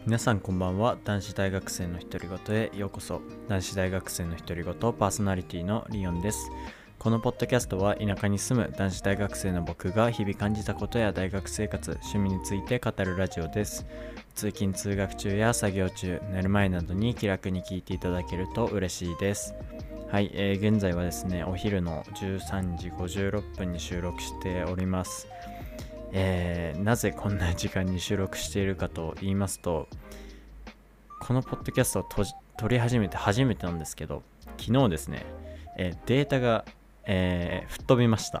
皆さんこんばんは。男子大学生の独り言へようこそ。男子大学生の独り言パーソナリティのリオンです。このポッドキャストは田舎に住む男子大学生の僕が日々感じたことや大学生活、趣味について語るラジオです。通勤通学中や作業中、寝る前などに気楽に聞いていただけると嬉しいです。はい、現在はですね、お昼の13時56分に収録しております。なぜこんな時間に収録しているかと言いますと、このポッドキャストを撮り始めて初めてなんですけど、昨日ですね、データが、吹っ飛びました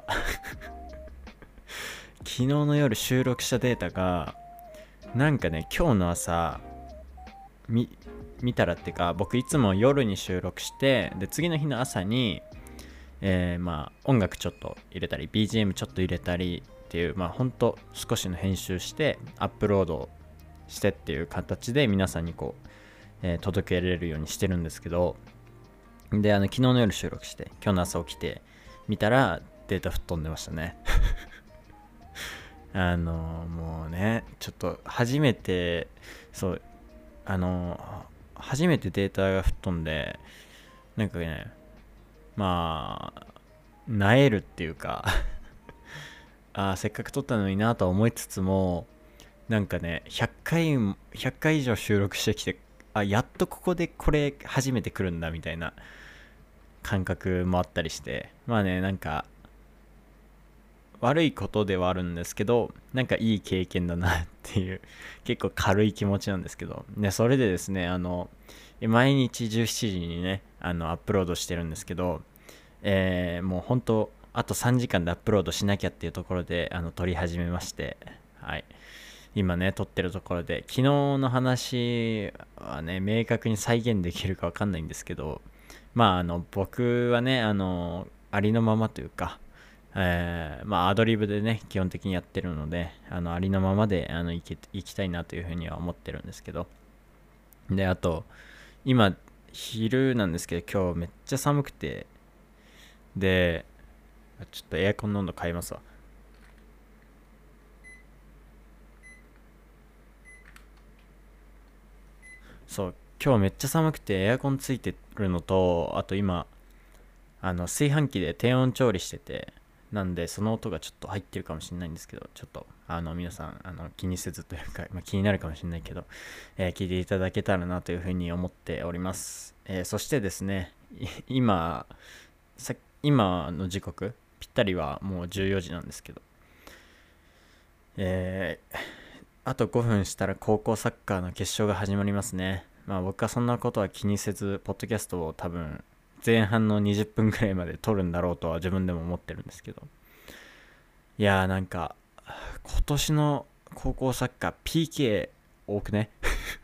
昨日の夜収録したデータがなんかね、今日の朝見たらっていうか、僕いつも夜に収録して、で次の日の朝に音楽ちょっと入れたり BGM ちょっと入れたりっていう、ほんと少しの編集してアップロードしてっていう形で皆さんに届けられるようにしてるんですけど、で昨日の夜収録して今日の朝起きて見たらデータ吹っ飛んでましたねもうね、ちょっと初めて初めてデータが吹っ飛んで、なんかね、萎えるっていうかせっかく撮ったのになとは思いつつも、なんかね、100回以上収録してきて、やっとここでこれ初めて来るんだみたいな感覚もあったりして、なんか悪いことではあるんですけど、なんかいい経験だなっていう結構軽い気持ちなんですけどね。それでですね、毎日17時にね、アップロードしてるんですけど、もう本当あと3時間でアップロードしなきゃっていうところで撮り始めまして、はい、今ね撮ってるところで、昨日の話はね明確に再現できるか分かんないんですけど、僕はねありのままというか、アドリブでね基本的にやってるので、ありのままでいきたいなというふうには思ってるんですけど、であと今昼なんですけど、今日めっちゃ寒くて、でちょっとエアコンの温度変えますわ。そう、今日めっちゃ寒くてエアコンついてるのと、あと今炊飯器で低温調理してて、なんでその音がちょっと入ってるかもしれないんですけど、ちょっと皆さん気にせずというか、気になるかもしれないけど、聞いていただけたらなというふうに思っております。そしてですね、今今の時刻ぴったりはもう14時なんですけど、えーあと5分したら高校サッカーの決勝が始まりますね。僕はそんなことは気にせず、ポッドキャストを多分前半の20分くらいまで撮るんだろうとは自分でも思ってるんですけど、いやーなんか今年の高校サッカー PK 多くね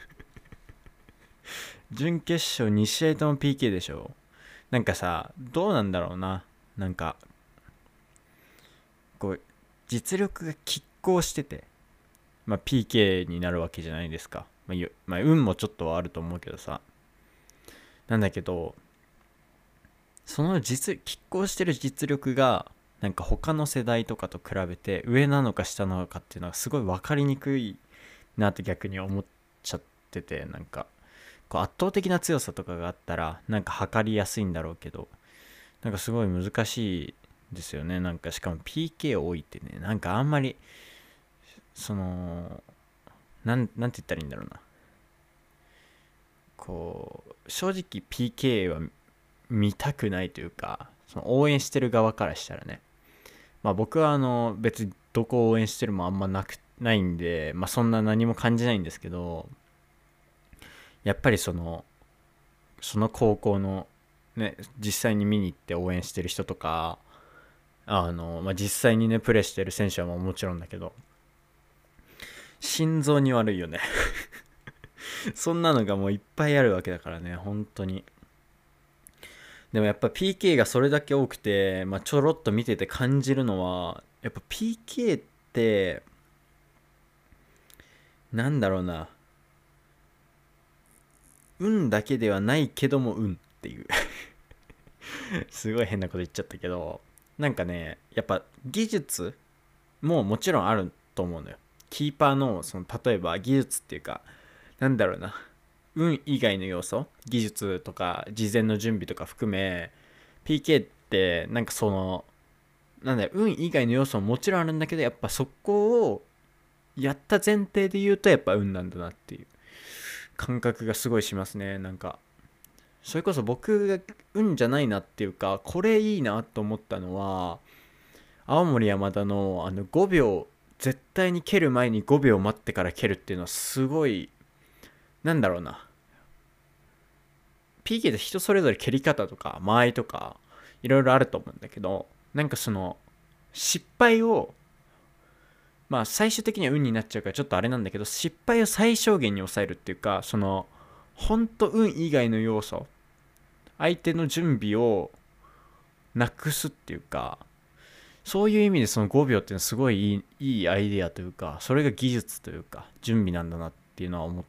準決勝2試合とも PK でしょ。なんかさ、どうなんだろうな。なんかこう実力が拮抗してて、PK になるわけじゃないですか。運もちょっとはあると思うけどさ。なんだけど、その拮抗してる実力が、なんか他の世代とかと比べて上なのか下なのかっていうのはすごい分かりにくいなって逆に思っちゃってて、なんか圧倒的な強さとかがあったらなんか測りやすいんだろうけど、なんかすごい難しいですよね。なんかしかも PK 多いってね、なんかあんまりそのなんて言ったらいいんだろうな。正直 PK は見たくないというか、その応援してる側からしたらね、僕は別にどこを応援してるもあんまないんで、そんな何も感じないんですけど、やっぱりその高校のね、実際に見に行って応援してる人とか、実際にねプレーしてる選手はもちろんだけど、心臓に悪いよねそんなのがもういっぱいあるわけだからね、本当に。でもやっぱ PK がそれだけ多くて、ちょろっと見てて感じるのは、やっぱ PK ってなんだろうな、運だけではないけども運っていうすごい変なこと言っちゃったけど、なんかね、やっぱ技術ももちろんあると思うのよ。キーパーの例えば技術っていうか、 なんだろうな、運以外の要素、技術とか事前の準備とか含め PK ってなんかそのなんだろう、運以外の要素ももちろんあるんだけど、やっぱそこをやった前提で言うとやっぱ運なんだなっていう感覚がすごいしますね。なんかそれこそ僕が運じゃないなっていうか、これいいなと思ったのは青森山田の5秒、絶対に蹴る前に5秒待ってから蹴るっていうのはすごい、なんだろうな、 PK で人それぞれ蹴り方とか間合いとかいろいろあると思うんだけど、なんかその失敗を、まあ最終的には運になっちゃうからちょっとあれなんだけど、失敗を最小限に抑えるっていうか、そのほんと運以外の要素、相手の準備をなくすっていうか、そういう意味でその5秒っていうのはすごいいいアイデアというか、それが技術というか準備なんだなっていうのは思って、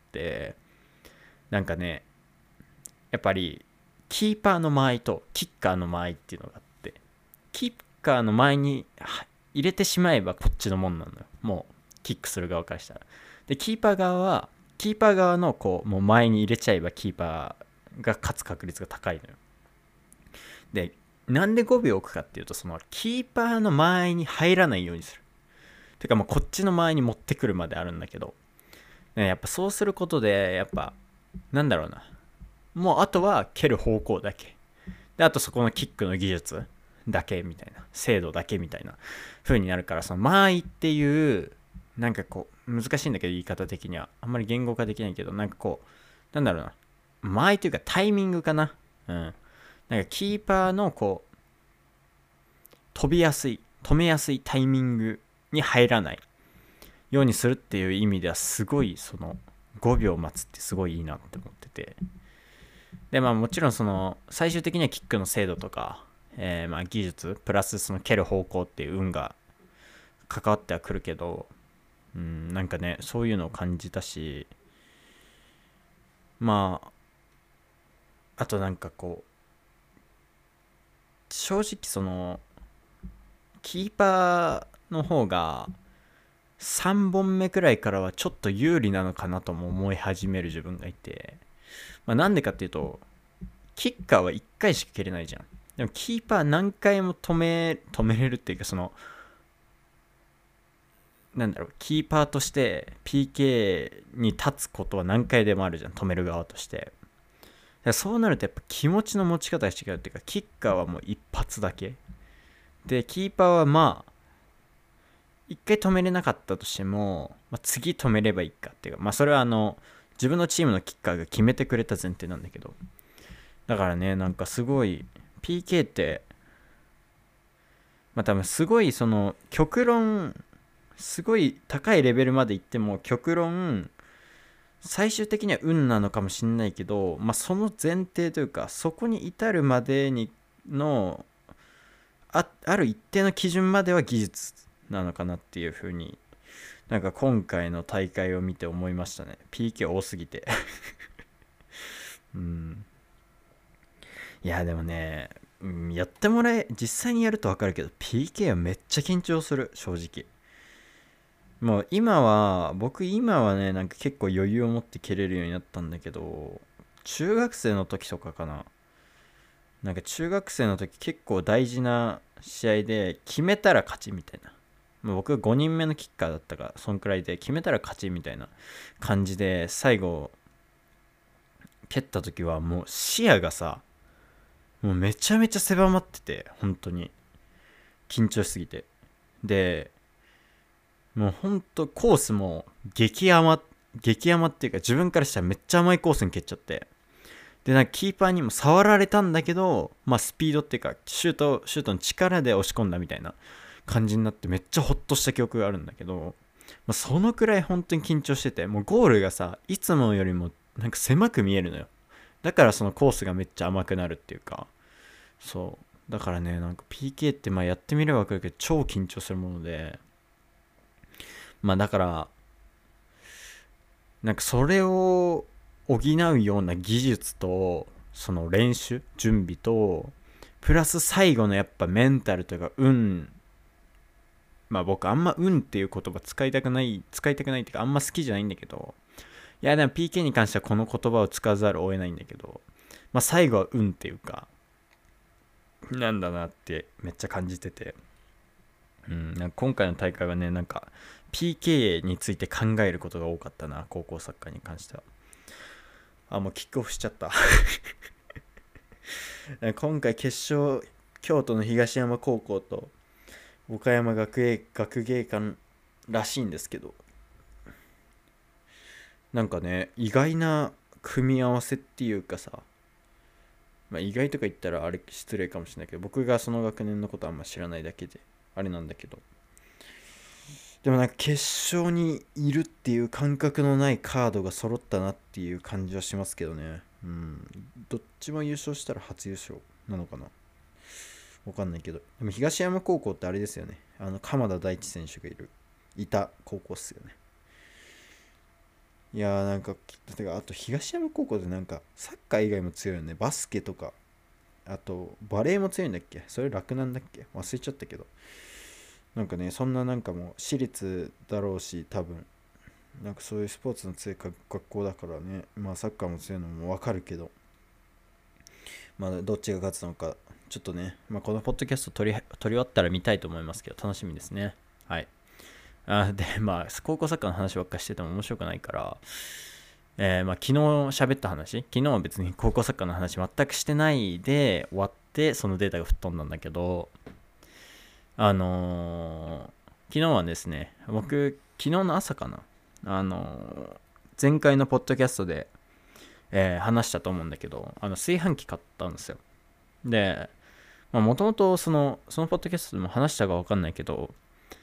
なんかね、やっぱりキーパーの間合いとキッカーの間合いっていうのがあって、キッカーの前に入れてしまえばこっちのもんなのよ、もうキックする側からしたら。でキーパー側はキーパー側のこうもう前に入れちゃえばキーパーが勝つ確率が高いのよ。でなんで5秒置くかっていうと、そのキーパーの間合いに入らないようにする。てかもうこっちの間合いに持ってくるまであるんだけど、ね、やっぱそうすることでやっぱなんだろうな、もうあとは蹴る方向だけで、あとそこのキックの技術だけみたいな、精度だけみたいな風になるから、その間合いっていうなんかこう難しいんだけど、言い方的にはあんまり言語化できないけど、なんかこうなんだろうな、間合いというかタイミングかな。なんかキーパーのこう飛びやすい、止めやすいタイミングに入らないようにするっていう意味ではすごい、その5秒待つってすごいいいなって思ってて、でまあもちろんその最終的にはキックの精度とか、まあ技術プラスその蹴る方向っていう運が関わってはくるけど、なんかねそういうのを感じたし、まああとなんかこう正直そのキーパーの方が3本目くらいからはちょっと有利なのかなとも思い始める自分がいて、まあ、なんでかっていうとキッカーは1回しか蹴れないじゃん。でもキーパー何回も止めれるっていうか、そのなんだろう、キーパーとして PK に立つことは何回でもあるじゃん、止める側として。だからそうなるとやっぱ気持ちの持ち方が違うっていうか、キッカーはもう一発だけで、キーパーはまあ一回止めれなかったとしても、まあ、次止めればいいかっていうか、まあそれは自分のチームのキッカーが決めてくれた前提なんだけど、だからね、なんかすごい PK ってまあ多分すごいその極論、すごい高いレベルまで行っても極論最終的には運なのかもしんないけど、まあその前提というか、そこに至るまでにのある一定の基準までは技術なのかなっていう風に、なんか今回の大会を見て思いましたね。 PK 多すぎていやでもね、やってもらえ、実際にやると分かるけど PK はめっちゃ緊張する、正直。もう今はね、なんか結構余裕を持って蹴れるようになったんだけど、中学生の時とかかな、なんか中学生の時結構大事な試合で決めたら勝ちみたいな、もう僕が5人目のキッカーだったからそんくらいで、決めたら勝ちみたいな感じで最後蹴った時はもう視野がさ、もうめちゃめちゃ狭まってて、本当に緊張しすぎて、でもうほんとコースも激甘っていうか、自分からしたらめっちゃ甘いコースに蹴っちゃって、でなんかキーパーにも触られたんだけど、まあスピードっていうかシュートの力で押し込んだみたいな感じになって、めっちゃホッとした記憶があるんだけど、まあ、そのくらい本当に緊張してて、もうゴールがさいつもよりもなんか狭く見えるのよ。だからそのコースがめっちゃ甘くなるっていうか、そうだからね、なんか PK ってまあやってみれば分かるけど超緊張するもので、まあだからなんかそれを補うような技術とその練習準備とプラス最後のやっぱメンタルというか運、まあ僕あんま運っていう言葉使いたくないっていうか、あんま好きじゃないんだけど、 いやでも PK に関してはこの言葉を使わざるを得ないんだけど、まあ最後は運っていうかなんだなってめっちゃ感じてて、なんか今回の大会はね、なんか PK について考えることが多かったな、高校サッカーに関しては。もうキックオフしちゃった今回決勝、京都の東山高校と岡山学芸館らしいんですけど、なんかね、意外な組み合わせっていうかさ、まあ、意外とか言ったらあれ失礼かもしれないけど、僕がその学年のことあんま知らないだけであれなんだけど、でもなんか決勝にいるっていう感覚のないカードが揃ったなっていう感じはしますけどね。どっちも優勝したら初優勝なのかな、わかんないけど。でも東山高校ってあれですよね、鎌田大地選手がいた高校っすよね。いやー、なんかてか、あと東山高校でなんかサッカー以外も強いよね。バスケとか、あとバレーも強いんだっけ、それ楽なんだっけ、忘れちゃったけど、なんかね、そんななんかもう私立だろうし、多分なんかそういうスポーツの強い学校だからね、まあサッカーも強いのもわかるけど、まあどっちが勝つのかちょっとね、まあ、このポッドキャスト撮り終わったら見たいと思いますけど、楽しみですね。はい。でまあ高校サッカーの話ばっかしてても面白くないから、まあ昨日喋った話、昨日は別に高校サッカーの話全くしてないで終わって、そのデータが吹っ飛んだんだけど、昨日はですね、僕昨日の朝かな、前回のポッドキャストで、話したと思うんだけど、炊飯器買ったんですよ。で、もともとそのポッドキャストでも話したか分かんないけど、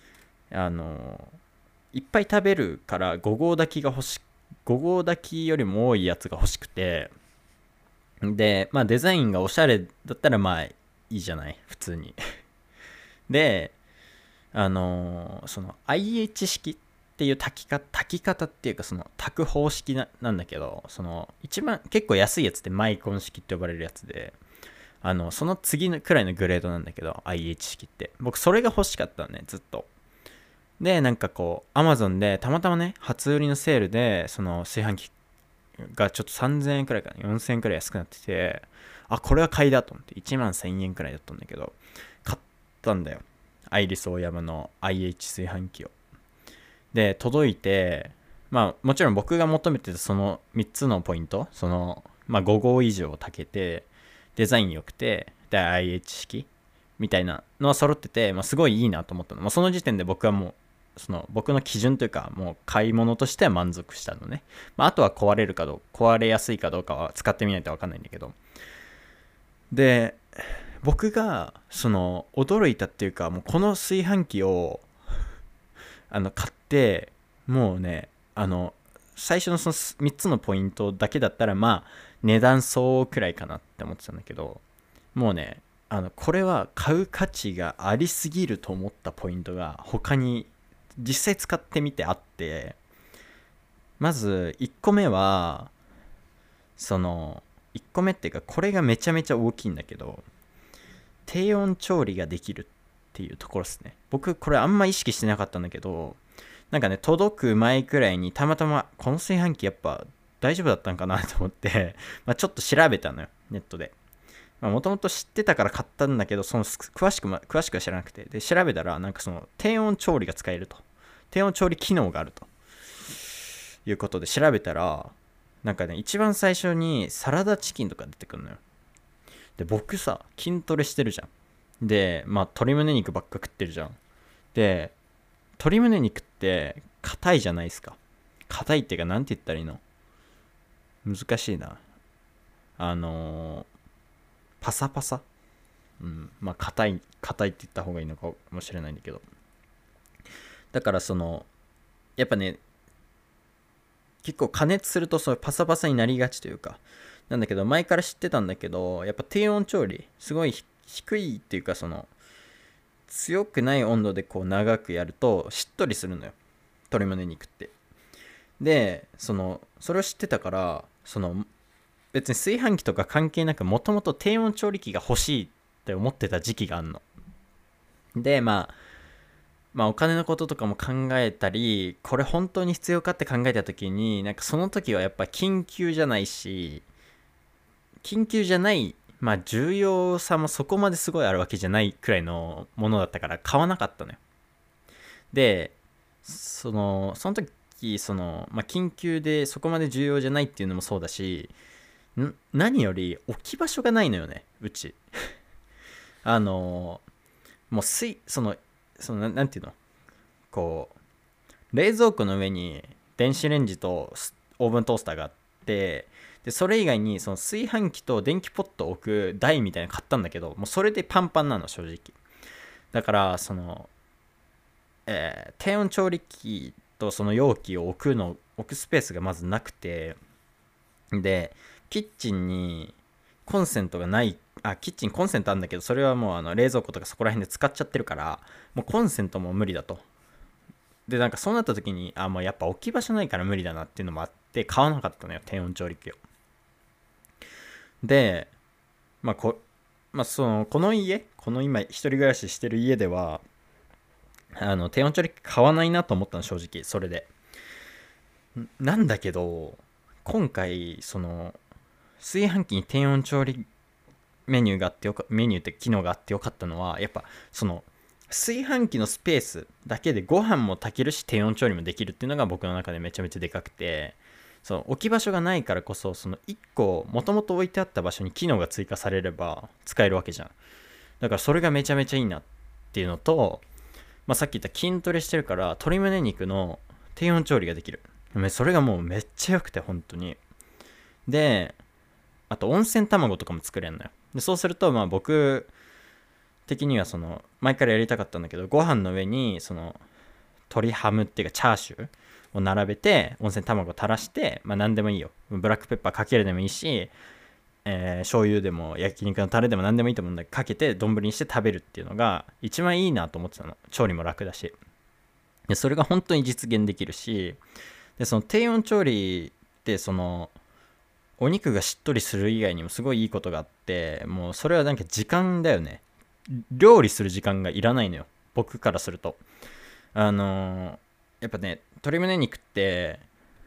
いっぱい食べるから5合炊きよりも多いやつが欲しくて、で、まあデザインがおしゃれだったらまあいいじゃない、普通にで、その IH 式っていう炊き方っていうか、その炊く方式なんだけど、その一番結構安いやつってマイコン式って呼ばれるやつで、その次のくらいのグレードなんだけど、 IH 式って僕それが欲しかったのね、ずっと。で、なんかこう Amazon でたまたまね、初売りのセールでその炊飯器がちょっと3000円くらいかな、4000円くらい安くなってて、これは買いだと思って1万1000円くらいだったんだけど、買ったんだよ、アイリスオーヤマの IH 炊飯器を。で届いて、まあもちろん僕が求めてたその3つのポイント、そのまあ5号以上炊けて、デザイン良くて、で IH 式みたいなのは揃ってて、すごいいいなと思ったの。その時点で僕はもうその僕の基準というか、もう買い物としては満足したのね。あとは壊れやすいかどうかは使ってみないと分かんないんだけど。で、僕がその驚いたっていうか、もうこの炊飯器を買って、もうね、最初のその3つのポイントだけだったらまあ値段相応くらいかなって思ってたんだけど、もうね、これは買う価値がありすぎると思ったポイントが他に実際使ってみてあって、まず1個目は、その1個目っていうか、これがめちゃめちゃ大きいんだけど、低温調理ができるっていうところですね。僕これあんま意識してなかったんだけど、なんかね、届く前くらいにたまたまこの炊飯器やっぱ大丈夫だったんかなと思ってちょっと調べたのよ、ネットで。もともと知ってたから買ったんだけど、その詳しくは知らなくて、で調べたら、なんかその低温調理が使えると、低温調理機能があるということで調べたら、なんかね、一番最初にサラダチキンとか出てくるのよ。で僕さ、筋トレしてるじゃん。で鶏胸肉ばっか食ってるじゃん。で鶏胸肉って硬いじゃないですか。硬いっていうか、なんて言ったらいいの、難しいな。パサパサ、硬いって言った方がいいのかもしれないんだけど、だからそのやっぱね、結構加熱するとそういうパサパサになりがちというかなんだけど、前から知ってたんだけど、やっぱ低温調理すごい低いっていうか、その強くない温度でこう長くやるとしっとりするのよ、鶏胸肉って。でそれを知ってたから、別に炊飯器とか関係なく、もともと低温調理器が欲しいって思ってた時期があんの。でまあお金のこととかも考えたり、これ本当に必要かって考えた時に、なんかその時はやっぱ緊急じゃないし、緊急じゃない、まあ重要さもそこまですごいあるわけじゃないくらいのものだったから買わなかったのよ。で、その時、まあ緊急でそこまで重要じゃないっていうのもそうだし、何より置き場所がないのよね、うち。あの、もうなんていうの、こ冷蔵庫の上に電子レンジとオーブントースターがあって、でそれ以外にその炊飯器と電気ポットを置く台みたいなの買ったんだけど、もうそれでパンパンなの正直。だから低温調理器とその容器を置くスペースがまずなくて、でキッチンにコンセントがない。キッチンコンセントあるんだけど、それはもう冷蔵庫とかそこら辺で使っちゃってるから、もうコンセントも無理だと。でなんかそうなった時に、もうやっぱ置き場所ないから無理だなっていうのもあって買わなかったのよ、低温調理器を。でまあこの今一人暮らししてる家では低温調理器買わないなと思ったの正直。それでなんだけど、今回炊飯器に低温調理メニューって機能があってよかったのは、やっぱ炊飯器のスペースだけでご飯も炊けるし低温調理もできるっていうのが僕の中でめちゃめちゃでかくて、置き場所がないからこそ、1個もともと置いてあった場所に機能が追加されれば使えるわけじゃん。だからそれがめちゃめちゃいいなっていうのと、さっき言った筋トレしてるから鶏胸肉の低温調理ができる。それがもうめっちゃ良くて本当に。であと温泉卵とかも作れるのよ。でそうすると僕的には前からやりたかったんだけど、ご飯の上に鶏ハムっていうかチャーシューを並べて温泉卵を垂らして、何でもいいよ、ブラックペッパーかけるでもいいし、醤油でも焼肉のタレでも何でもいいと思うんだけど、かけて丼にして食べるっていうのが一番いいなと思ってたの。調理も楽だし、でそれが本当に実現できるし、で低温調理ってお肉がしっとりする以外にもすごいいいことがあって、もうそれはなんか時間だよね。料理する時間がいらないのよ、僕からすると。やっぱね、鶏胸肉って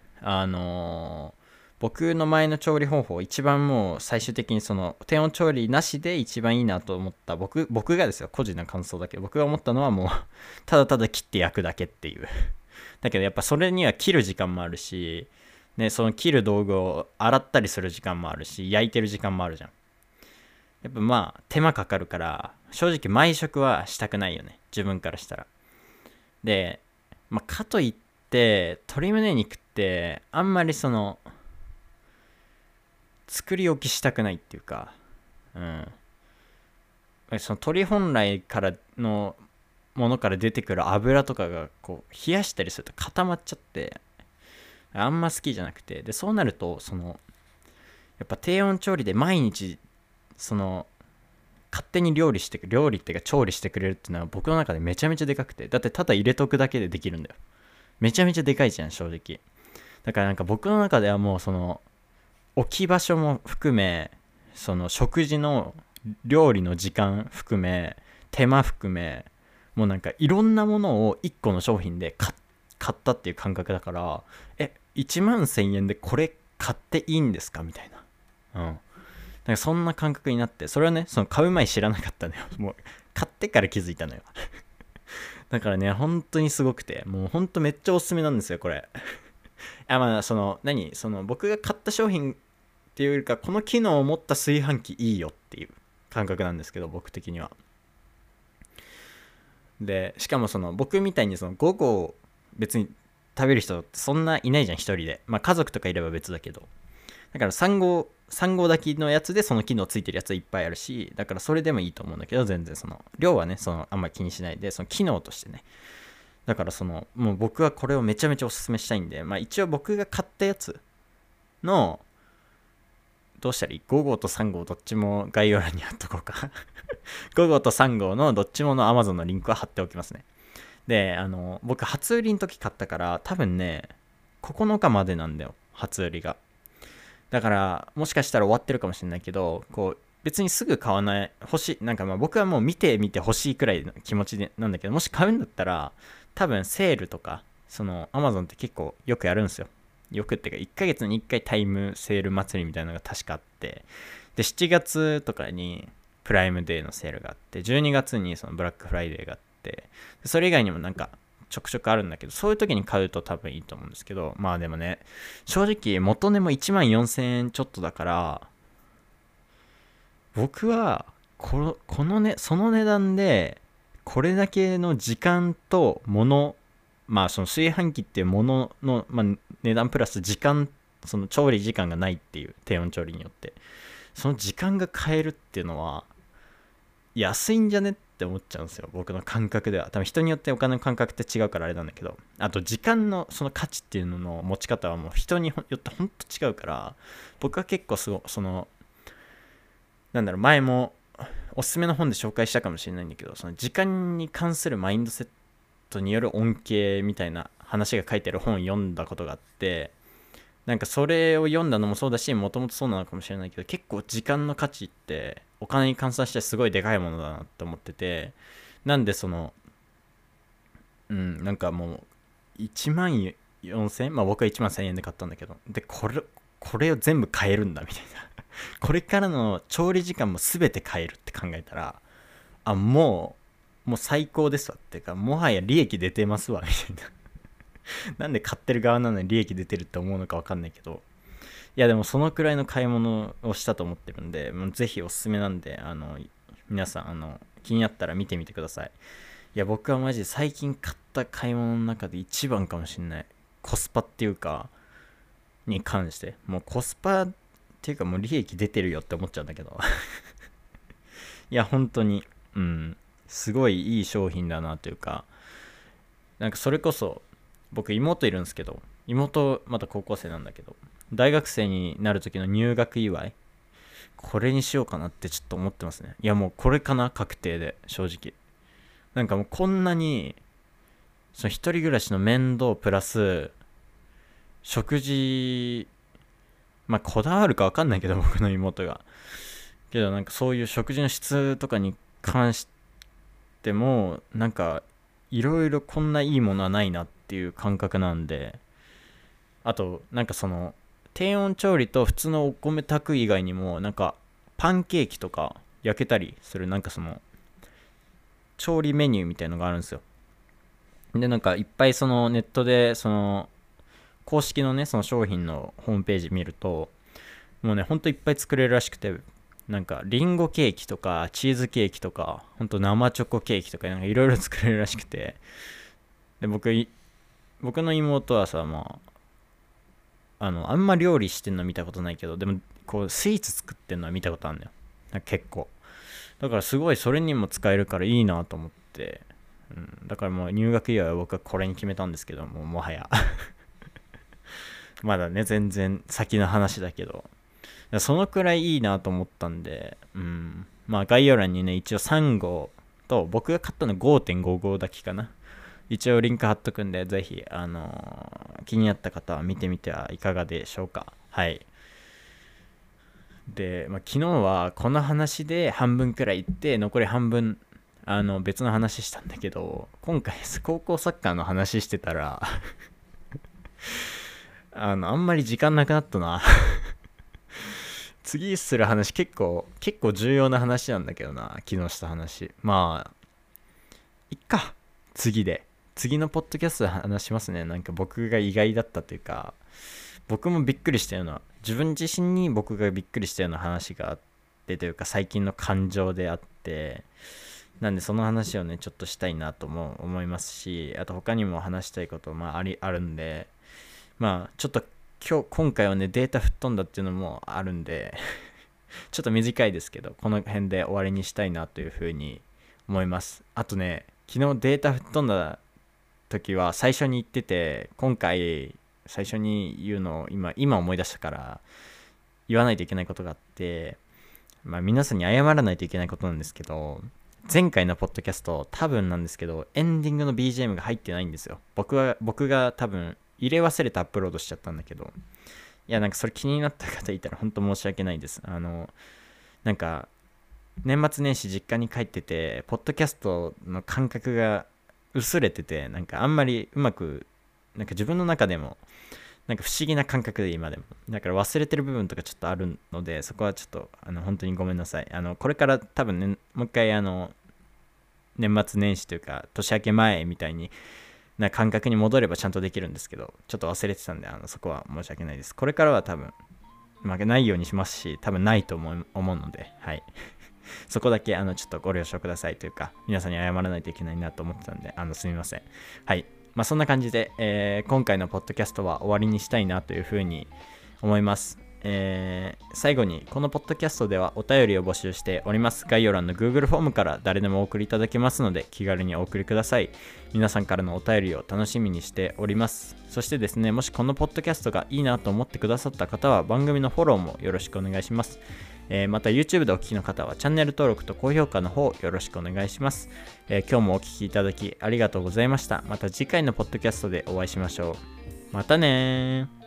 僕の前の調理方法、一番もう最終的に低温調理なしで一番いいなと思った、僕がですよ、個人の感想だけど、僕が思ったのはもうただただ切って焼くだけっていうだけどやっぱそれには切る時間もあるし、ね、その切る道具を洗ったりする時間もあるし、焼いてる時間もあるじゃん。やっぱ手間かかるから、正直毎食はしたくないよね、自分からしたら。で、かといって鶏胸肉ってあんまり作り置きしたくないっていうか、鶏本来からのものから出てくる油とかがこう冷やしたりすると固まっちゃって、あんま好きじゃなくて、でそうなるとやっぱ低温調理で毎日勝手に料理っていうか調理してくれるっていうのは僕の中でめちゃめちゃでかくて、だってただ入れとくだけでできるんだよ。めちゃめちゃでかいじゃん正直。だからなんか僕の中ではもう置き場所も含め、食事の料理の時間含め、手間含め、もうなんかいろんなものを1個の商品で買ったっていう感覚だから、1万1000円でこれ買っていいんですかみたいな。なんかそんな感覚になって、それはね、買う前知らなかったのよ。もう買ってから気づいたのよだからね、本当にすごくて、もう本当めっちゃおすすめなんですよこれ僕が買った商品っていうよりか、この機能を持った炊飯器いいよっていう感覚なんですけど、僕的には。でしかも僕みたいに午後別に食べる人ってそんないないじゃん、一人で。家族とかいれば別だけど、だから3号炊きのやつでその機能ついてるやついっぱいあるし、だからそれでもいいと思うんだけど、全然量はねあんまり気にしないで、機能としてね。だからもう僕はこれをめちゃめちゃおすすめしたいんで、一応僕が買ったやつのどうしたらいい ?5 号と3号どっちも概要欄に貼っとこうか5号と3号のどっちもの Amazon のリンクは貼っておきますね。で僕初売りの時買ったから、多分ね9日までなんだよ、初売りが。だからもしかしたら終わってるかもしれないけど、こう別にすぐ買わない、欲しい、なんかまあ僕はもう見て欲しいくらいの気持ちでなんだけど、もし買うんだったら多分セールとか、その Amazon って結構よくやるんですよ。よくってか1ヶ月に1回タイムセール祭りみたいなのが確かあって、で7月とかにプライムデーのセールがあって、12月にそのブラックフライデーがあって、それ以外にもなんかちょくちょくあるんだけど、そういう時に買うと多分いいと思うんですけど、まあでもね、正直元値も1万4000円ちょっとだから、僕はこのね、その値段でこれだけの時間と物、まあその炊飯器っていうものの、まあ、値段プラス時間、その調理時間がないっていう、低温調理によってその時間が買えるっていうのは安いんじゃねって思っちゃうんですよ、僕の感覚では。多分人によってお金の感覚って違うからあれなんだけど、あと時間のその価値っていうのの持ち方はもう人によってほんと違うから、僕は結構そのなんだろう、前もおすすめの本で紹介したかもしれないんだけど、その時間に関するマインドセットによる恩恵みたいな話が書いてある本を読んだことがあって、なんかそれを読んだのもそうだし、もともとそうなのかもしれないけど、結構時間の価値ってお金に換算してすごいでかいものだなって思ってて、なんでそのなんかもう1万4000円、まあ僕は1万1000円で買ったんだけど、でこれを全部買えるんだみたいなこれからの調理時間も全て買えるって考えたら、もう最高ですわっていうか、もはや利益出てますわみたいななんで買ってる側なのに利益出てるって思うのか分かんないけど、いやでもそのくらいの買い物をしたと思ってるんで、もうぜひおすすめなんで、皆さん気になったら見てみてください。いや僕はマジで最近買った買い物の中で一番かもしんない。コスパっていうかに関して、もうコスパっていうかもう利益出てるよって思っちゃうんだけどいや本当にすごいいい商品だなというか、なんかそれこそ僕妹いるんですけど、妹また高校生なんだけど、大学生になる時の入学祝い、これにしようかなってちょっと思ってますね。いやもうこれかな、確定で。正直なんかもうこんなにその一人暮らしの面倒プラス食事、まあこだわるか分かんないけど僕の妹が、けどなんかそういう食事の質とかに関してもなんかいろいろこんないいものはないなっていう感覚なんで、あとなんかその低温調理と普通のお米炊く以外にもなんかパンケーキとか焼けたりする、なんかその調理メニューみたいのがあるんですよ。でなんかいっぱいそのネットでその公式のねその商品のホームページ見ると、もうねほんといっぱい作れるらしくて、なんかリンゴケーキとかチーズケーキとかほんと生チョコケーキとかなんかいろいろ作れるらしくて、で僕の妹はさ、まあんま料理してんの見たことないけど、でもこうスイーツ作ってんのは見たことあるんだよ、なんか結構。だからすごいそれにも使えるからいいなと思って、だからもう入学祝いは僕はこれに決めたんですけども、もはやまだね全然先の話だけど、そのくらいいいなと思ったんで、まあ概要欄にね一応3号と僕が買ったの5.5 号だけかな、一応リンク貼っとくんで、ぜひ気になった方は見てみてはいかがでしょうか。はい。で、昨日はこの話で半分くらい言って残り半分別の話したんだけど、今回高校サッカーの話してたらあんまり時間なくなったな次する話結構重要な話なんだけどな、昨日した話。まあいっか、次のポッドキャストで話しますね。なんか僕が意外だったというか、僕もびっくりしたような、自分自身に僕がびっくりしたような話があってというか、最近の感情であって、なんでその話をねちょっとしたいなとも思いますし、あと他にも話したいことあるんで、ちょっと今回はねデータ吹っ飛んだっていうのもあるんでちょっと短いですけどこの辺で終わりにしたいなというふうに思います。あとね、昨日データ吹っ飛んだ時は最初に言ってて、今回最初に言うのを今思い出したから言わないといけないことがあって、皆さんに謝らないといけないことなんですけど、前回のポッドキャスト多分なんですけどエンディングの BGM が入ってないんですよ。僕が多分入れ忘れてアップロードしちゃったんだけど、いやなんかそれ気になった方いたら本当申し訳ないです。なんか年末年始実家に帰ってて、ポッドキャストの感覚が薄れてて、なんかあんまりうまく、なんか自分の中でもなんか不思議な感覚で今でもだから忘れてる部分とかちょっとあるので、そこはちょっと本当にごめんなさい。これから多分ね、もう一回年末年始というか年明け前みたいにな感覚に戻ればちゃんとできるんですけど、ちょっと忘れてたんでそこは申し訳ないです。これからは多分ないようにしますし、多分ないと思うので、はい。そこだけちょっとご了承くださいというか、皆さんに謝らないといけないなと思ってたんで、すみません。はい。そんな感じで、今回のポッドキャストは終わりにしたいなというふうに思います。最後にこのポッドキャストではお便りを募集しております。概要欄の Google フォームから誰でもお送りいただけますので、気軽にお送りください。皆さんからのお便りを楽しみにしております。そしてですね、もしこのポッドキャストがいいなと思ってくださった方は番組のフォローもよろしくお願いします。また YouTube でお聞きの方はチャンネル登録と高評価の方よろしくお願いします。今日もお聞きいただきありがとうございました。また次回のポッドキャストでお会いしましょう。またねー。